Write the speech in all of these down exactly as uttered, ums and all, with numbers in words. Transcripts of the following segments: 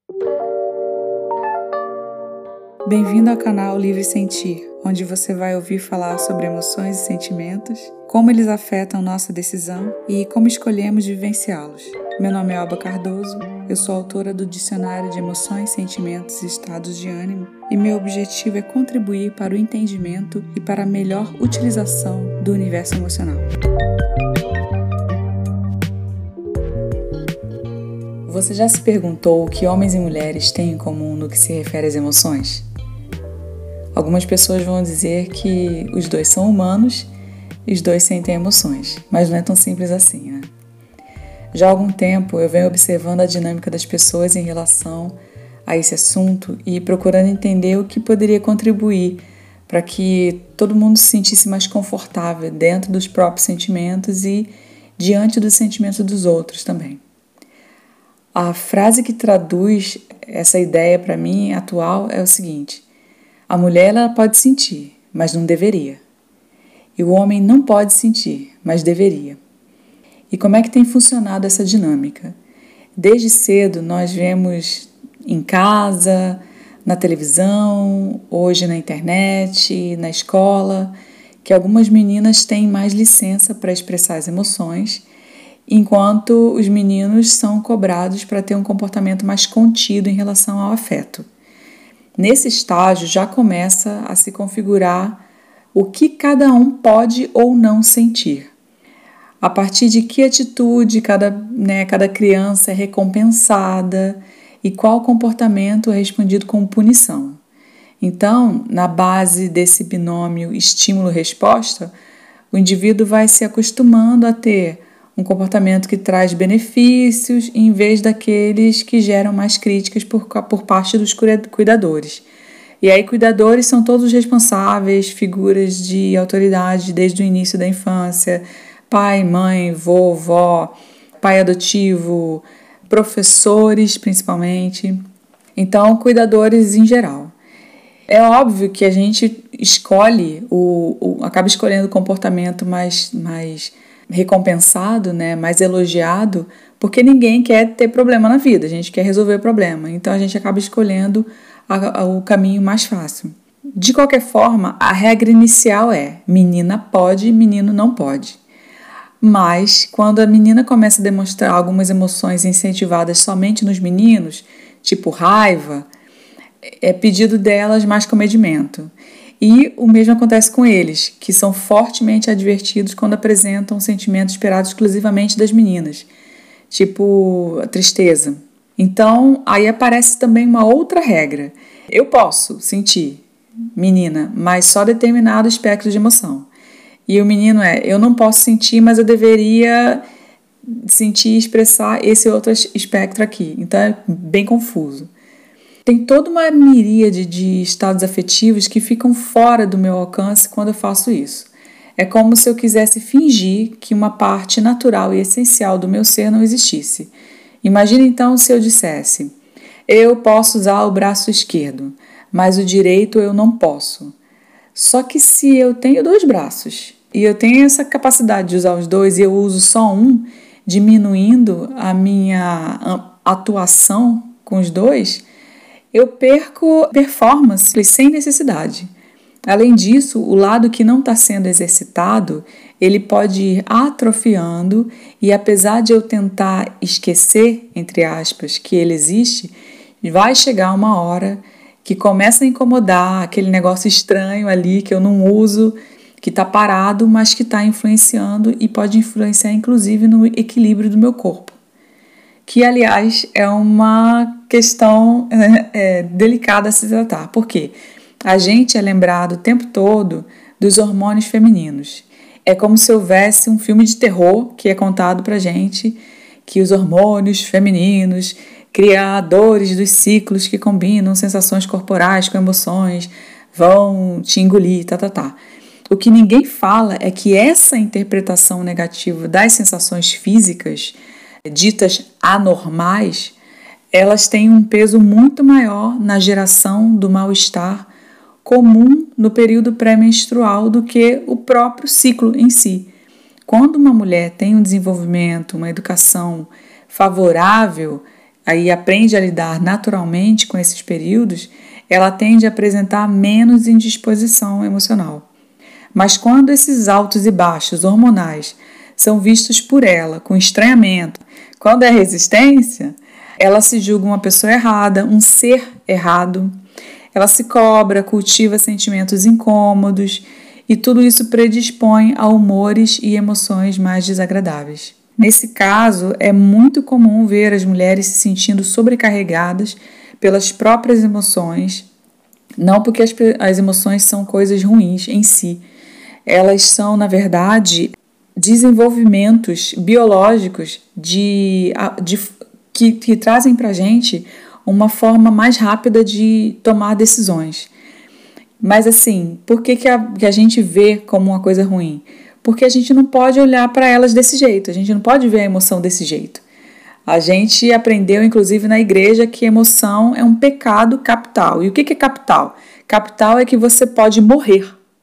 Bem-vindo ao canal Livre Sentir, onde você vai ouvir falar sobre emoções e sentimentos, como eles afetam nossa decisão e como escolhemos vivenciá-los. Meu nome é Alba Cardoso, eu sou autora do Dicionário de Emoções, Sentimentos e Estados de Ânimo e meu objetivo é contribuir para o entendimento e para a melhor utilização do universo emocional. Você já se perguntou o que homens e mulheres têm em comum no que se refere às emoções? Algumas pessoas vão dizer que os dois são humanos e os dois sentem emoções, mas não é tão simples assim, né? Já há algum tempo eu venho observando a dinâmica das pessoas em relação a esse assunto e procurando entender o que poderia contribuir para que todo mundo se sentisse mais confortável dentro dos próprios sentimentos e diante dos sentimentos dos outros também. A frase que traduz essa ideia para mim atual é o seguinte: a mulher ela pode sentir, mas não deveria. E o homem não pode sentir, mas deveria. E como é que tem funcionado essa dinâmica? Desde cedo nós vemos em casa, na televisão, hoje na internet, na escola, que algumas meninas têm mais licença para expressar as emoções, enquanto os meninos são cobrados para ter um comportamento mais contido em relação ao afeto. Nesse estágio já começa a se configurar o que cada um pode ou não sentir. A partir de que atitude cada, né, cada criança é recompensada e qual comportamento é respondido com punição. Então, na base desse binômio estímulo-resposta, o indivíduo vai se acostumando a ter um comportamento que traz benefícios em vez daqueles que geram mais críticas por, por parte dos cuidadores. E aí cuidadores são todos os responsáveis, figuras de autoridade desde o início da infância, pai, mãe, vô, vó, pai adotivo, professores principalmente. Então, cuidadores em geral. É óbvio que a gente escolhe, o, o, acaba escolhendo o comportamento mais... mais recompensado, né, mais elogiado, porque ninguém quer ter problema na vida, a gente quer resolver o problema, então a gente acaba escolhendo a, a, o caminho mais fácil. De qualquer forma, a regra inicial é: menina pode, menino não pode. Mas quando a menina começa a demonstrar algumas emoções incentivadas somente nos meninos, tipo raiva, é pedido delas mais comedimento. E o mesmo acontece com eles, que são fortemente advertidos quando apresentam sentimentos esperados exclusivamente das meninas, tipo a tristeza. Então, aí aparece também uma outra regra. Eu posso sentir, menina, mas só determinado espectro de emoção. E o menino é: eu não posso sentir, mas eu deveria sentir e expressar esse outro espectro aqui. Então é bem confuso. Tem toda uma miríade de estados afetivos que ficam fora do meu alcance quando eu faço isso. É como se eu quisesse fingir que uma parte natural e essencial do meu ser não existisse. Imagina então se eu dissesse: eu posso usar o braço esquerdo, mas o direito eu não posso. Só que se eu tenho dois braços e eu tenho essa capacidade de usar os dois e eu uso só um, diminuindo a minha atuação com os dois, eu perco performance sem necessidade. Além disso, o lado que não está sendo exercitado, ele pode ir atrofiando e apesar de eu tentar esquecer, entre aspas, que ele existe, vai chegar uma hora que começa a incomodar aquele negócio estranho ali que eu não uso, que está parado, mas que está influenciando e pode influenciar inclusive no equilíbrio do meu corpo. Que, aliás, é uma questão é, delicada a se tratar, porque a gente é lembrado o tempo todo dos hormônios femininos. É como se houvesse um filme de terror que é contado pra gente, que os hormônios femininos, criadores dos ciclos que combinam sensações corporais com emoções, vão te engolir, tá, tá, tá. O que ninguém fala é que essa interpretação negativa das sensações físicas ditas anormais, elas têm um peso muito maior na geração do mal-estar comum no período pré-menstrual do que o próprio ciclo em si. Quando uma mulher tem um desenvolvimento, uma educação favorável aí aprende a lidar naturalmente com esses períodos, ela tende a apresentar menos indisposição emocional. Mas quando esses altos e baixos hormonais são vistos por ela com estranhamento, quando é resistência, ela se julga uma pessoa errada, um ser errado, ela se cobra, cultiva sentimentos incômodos e tudo isso predispõe a humores e emoções mais desagradáveis. Nesse caso, é muito comum ver as mulheres se sentindo sobrecarregadas pelas próprias emoções, não porque as, as emoções são coisas ruins em si. Elas são, na verdade, desenvolvimentos biológicos de, de, que, que trazem para a gente uma forma mais rápida de tomar decisões. Mas assim, por que, que, a, que a gente vê como uma coisa ruim? Porque a gente não pode olhar para elas desse jeito, a gente não pode ver a emoção desse jeito. A gente aprendeu, inclusive, na igreja que emoção é um pecado capital. E o que, que é capital? Capital é que você pode morrer.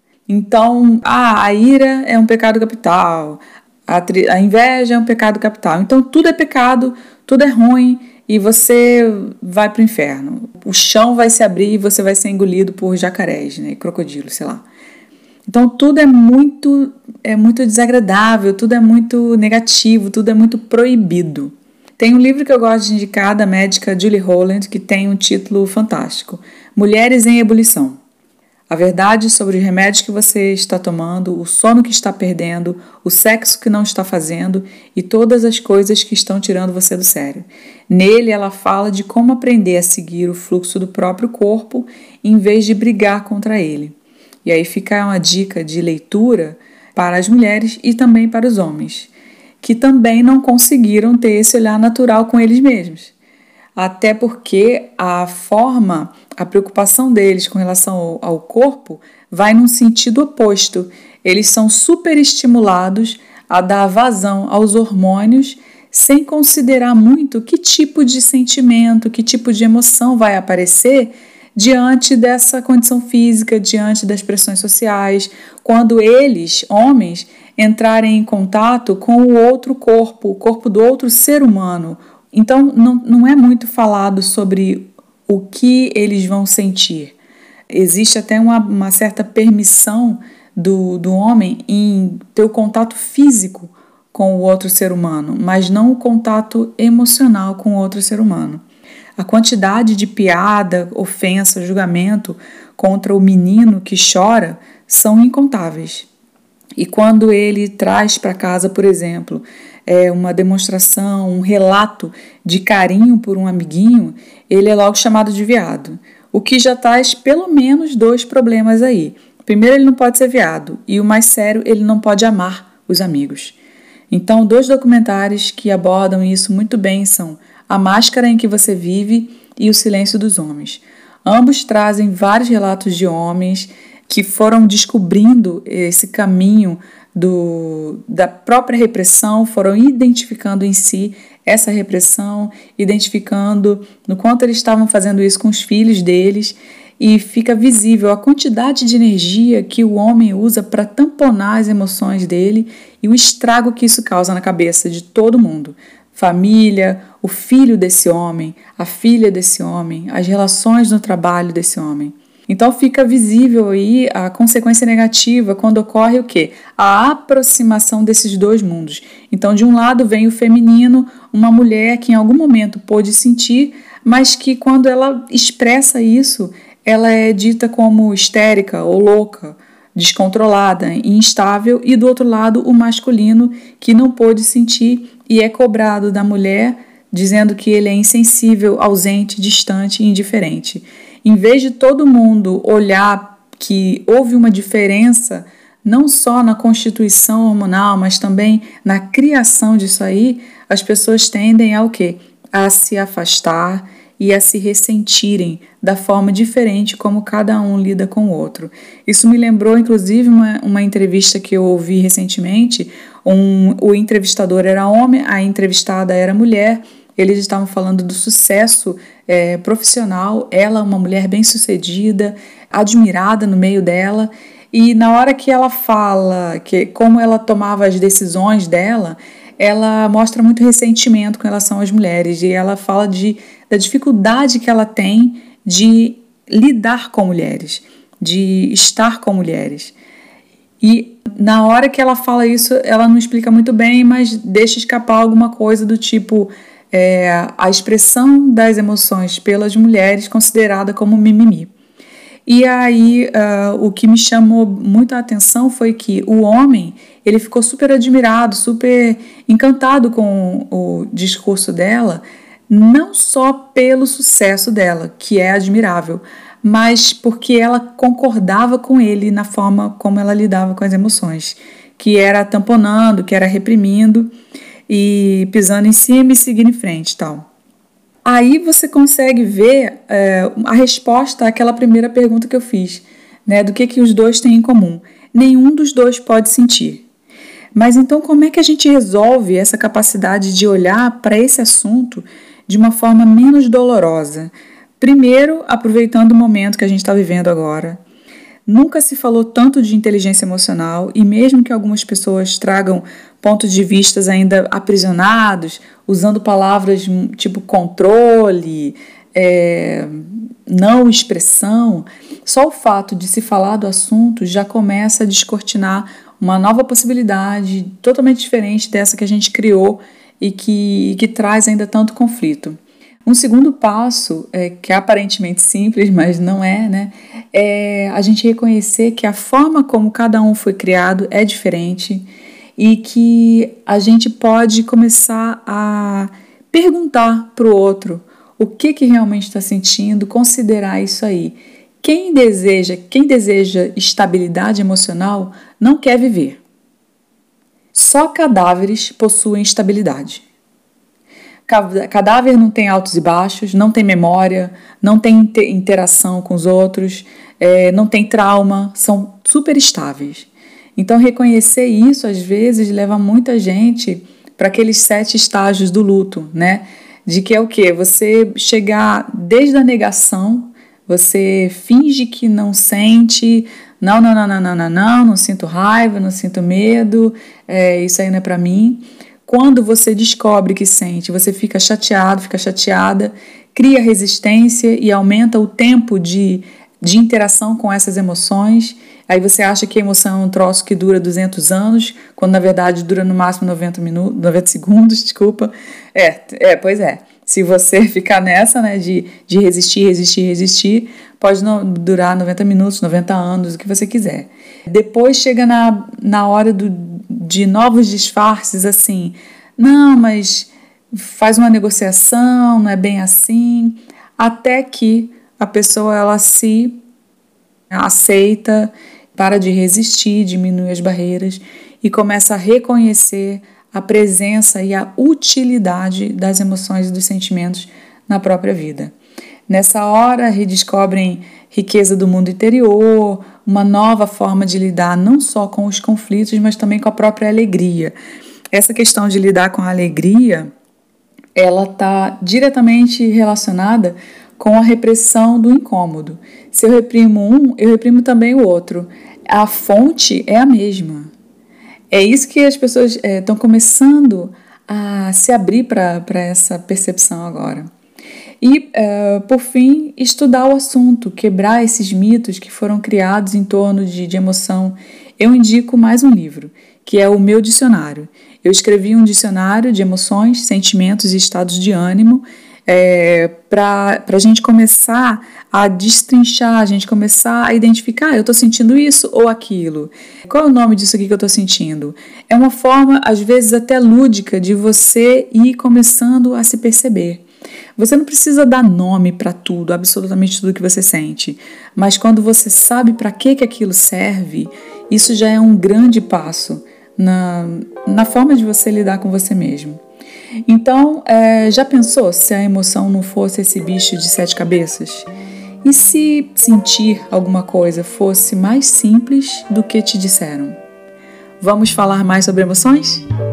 Então, ah, a ira é um pecado capital, a, tri- a inveja é um pecado capital. Então, tudo é pecado, tudo é ruim e você vai para o inferno. O chão vai se abrir e você vai ser engolido por jacarés, né, crocodilos, sei lá. Então, tudo é muito, é muito desagradável, tudo é muito negativo, tudo é muito proibido. Tem um livro que eu gosto de indicar da médica Julie Holland, que tem um título fantástico, Mulheres em Ebulição. A verdade sobre os remédios que você está tomando, o sono que está perdendo, o sexo que não está fazendo e todas as coisas que estão tirando você do sério. Nele, ela fala de como aprender a seguir o fluxo do próprio corpo em vez de brigar contra ele. E aí fica uma dica de leitura para as mulheres e também para os homens, que também não conseguiram ter esse olhar natural com eles mesmos. Até porque a forma, a preocupação deles com relação ao, ao corpo vai num sentido oposto. Eles são super estimulados a dar vazão aos hormônios sem considerar muito que tipo de sentimento, que tipo de emoção vai aparecer diante dessa condição física, diante das pressões sociais, quando eles, homens, entrarem em contato com o outro corpo, o corpo do outro ser humano. Então, não, não é muito falado sobre o que eles vão sentir. Existe até uma, uma certa permissão do, do homem em ter o contato físico com o outro ser humano, mas não o contato emocional com o outro ser humano. A quantidade de piada, ofensa, julgamento contra o menino que chora são incontáveis. E quando ele traz para casa, por exemplo, é, uma demonstração, um relato de carinho por um amiguinho, ele é logo chamado de viado. O que já traz pelo menos dois problemas aí. Primeiro, ele não pode ser viado. E o mais sério, ele não pode amar os amigos. Então, dois documentários que abordam isso muito bem são A Máscara em que Você Vive e O Silêncio dos Homens. Ambos trazem vários relatos de homens que foram descobrindo esse caminho do, da própria repressão, foram identificando em si essa repressão, identificando no quanto eles estavam fazendo isso com os filhos deles, e fica visível a quantidade de energia que o homem usa para tamponar as emoções dele e o estrago que isso causa na cabeça de todo mundo. Família, o filho desse homem, a filha desse homem, as relações no trabalho desse homem. Então fica visível aí a consequência negativa quando ocorre o quê? A aproximação desses dois mundos. Então, de um lado vem o feminino, uma mulher que em algum momento pôde sentir, mas que quando ela expressa isso, ela é dita como histérica ou louca, descontrolada, instável, e do outro lado o masculino que não pôde sentir e é cobrado da mulher, dizendo que ele é insensível, ausente, distante e indiferente. Em vez de todo mundo olhar que houve uma diferença não só na constituição hormonal, mas também na criação disso aí, as pessoas tendem a o quê? A se afastar e a se ressentirem da forma diferente como cada um lida com o outro. Isso me lembrou, inclusive, uma, uma entrevista que eu ouvi recentemente. Um, o entrevistador era homem, a entrevistada era mulher. Eles estavam falando do sucesso é, profissional, ela uma mulher bem-sucedida, admirada no meio dela, e na hora que ela fala que como ela tomava as decisões dela, ela mostra muito ressentimento com relação às mulheres, e ela fala de, da dificuldade que ela tem de lidar com mulheres, de estar com mulheres. E na hora que ela fala isso, ela não explica muito bem, mas deixa escapar alguma coisa do tipo é, a expressão das emoções pelas mulheres considerada como mimimi. E aí uh, o que me chamou muito a atenção foi que o homem, ele ficou super admirado, super encantado com o discurso dela, não só pelo sucesso dela, que é admirável, mas porque ela concordava com ele na forma como ela lidava com as emoções, que era tamponando, que era reprimindo e pisando em cima e seguindo em frente e tal. Aí você consegue ver é, a resposta àquela primeira pergunta que eu fiz, né, do que, que os dois têm em comum. Nenhum dos dois pode sentir. Mas então como é que a gente resolve essa capacidade de olhar para esse assunto de uma forma menos dolorosa? Primeiro, aproveitando o momento que a gente está vivendo agora. Nunca se falou tanto de inteligência emocional e mesmo que algumas pessoas tragam pontos de vista ainda aprisionados, usando palavras tipo controle, é, não expressão, só o fato de se falar do assunto já começa a descortinar uma nova possibilidade totalmente diferente dessa que a gente criou e que, que traz ainda tanto conflito. Um segundo passo, é, que é aparentemente simples, mas não é, né? É a gente reconhecer que a forma como cada um foi criado é diferente e que a gente pode começar a perguntar para o outro o que, que realmente está sentindo, considerar isso aí. Quem deseja, quem deseja estabilidade emocional não quer viver. Só cadáveres possuem estabilidade. Cadáver não tem altos e baixos, não tem memória, não tem interação com os outros, é, não tem trauma, são super estáveis. Então reconhecer isso às vezes leva muita gente para aqueles sete estágios do luto, né? De que é o quê? Você chegar desde a negação, você finge que não sente, não, não, não, não, não, não, não, não sinto raiva, não sinto medo, é, isso aí não é para mim. Quando você descobre que sente, você fica chateado, fica chateada, cria resistência e aumenta o tempo de, de interação com essas emoções. Aí você acha que a emoção é um troço que dura duzentos anos, quando na verdade dura no máximo noventa minutos, noventa segundos, desculpa. É, é, pois é. Se você ficar nessa, né, de, de resistir, resistir, resistir, pode no, durar noventa minutos, noventa anos, o que você quiser. Depois chega na, na hora do, de novos disfarces, assim, não, mas faz uma negociação, não é bem assim, até que a pessoa ela se aceita, para de resistir, diminui as barreiras e começa a reconhecer a presença e a utilidade das emoções e dos sentimentos na própria vida. Nessa hora, redescobrem riqueza do mundo interior, uma nova forma de lidar não só com os conflitos, mas também com a própria alegria. Essa questão de lidar com a alegria, ela está diretamente relacionada com a repressão do incômodo. Se eu reprimo um, eu reprimo também o outro. A fonte é a mesma. É isso que as pessoas estão é, começando a se abrir para essa percepção agora. E, uh, por fim, estudar o assunto, quebrar esses mitos que foram criados em torno de, de emoção. Eu indico mais um livro, que é o meu dicionário. Eu escrevi um dicionário de emoções, sentimentos e estados de ânimo, é, para a gente começar a destrinchar, a gente começar a identificar, eu estou sentindo isso ou aquilo. Qual é o nome disso aqui que eu estou sentindo? É uma forma, às vezes até lúdica, de você ir começando a se perceber. Você não precisa dar nome para tudo, absolutamente tudo que você sente, mas quando você sabe para que, que aquilo serve, isso já é um grande passo na, na forma de você lidar com você mesmo. Então, é, já pensou se a emoção não fosse esse bicho de sete cabeças? E se sentir alguma coisa fosse mais simples do que te disseram? Vamos falar mais sobre emoções?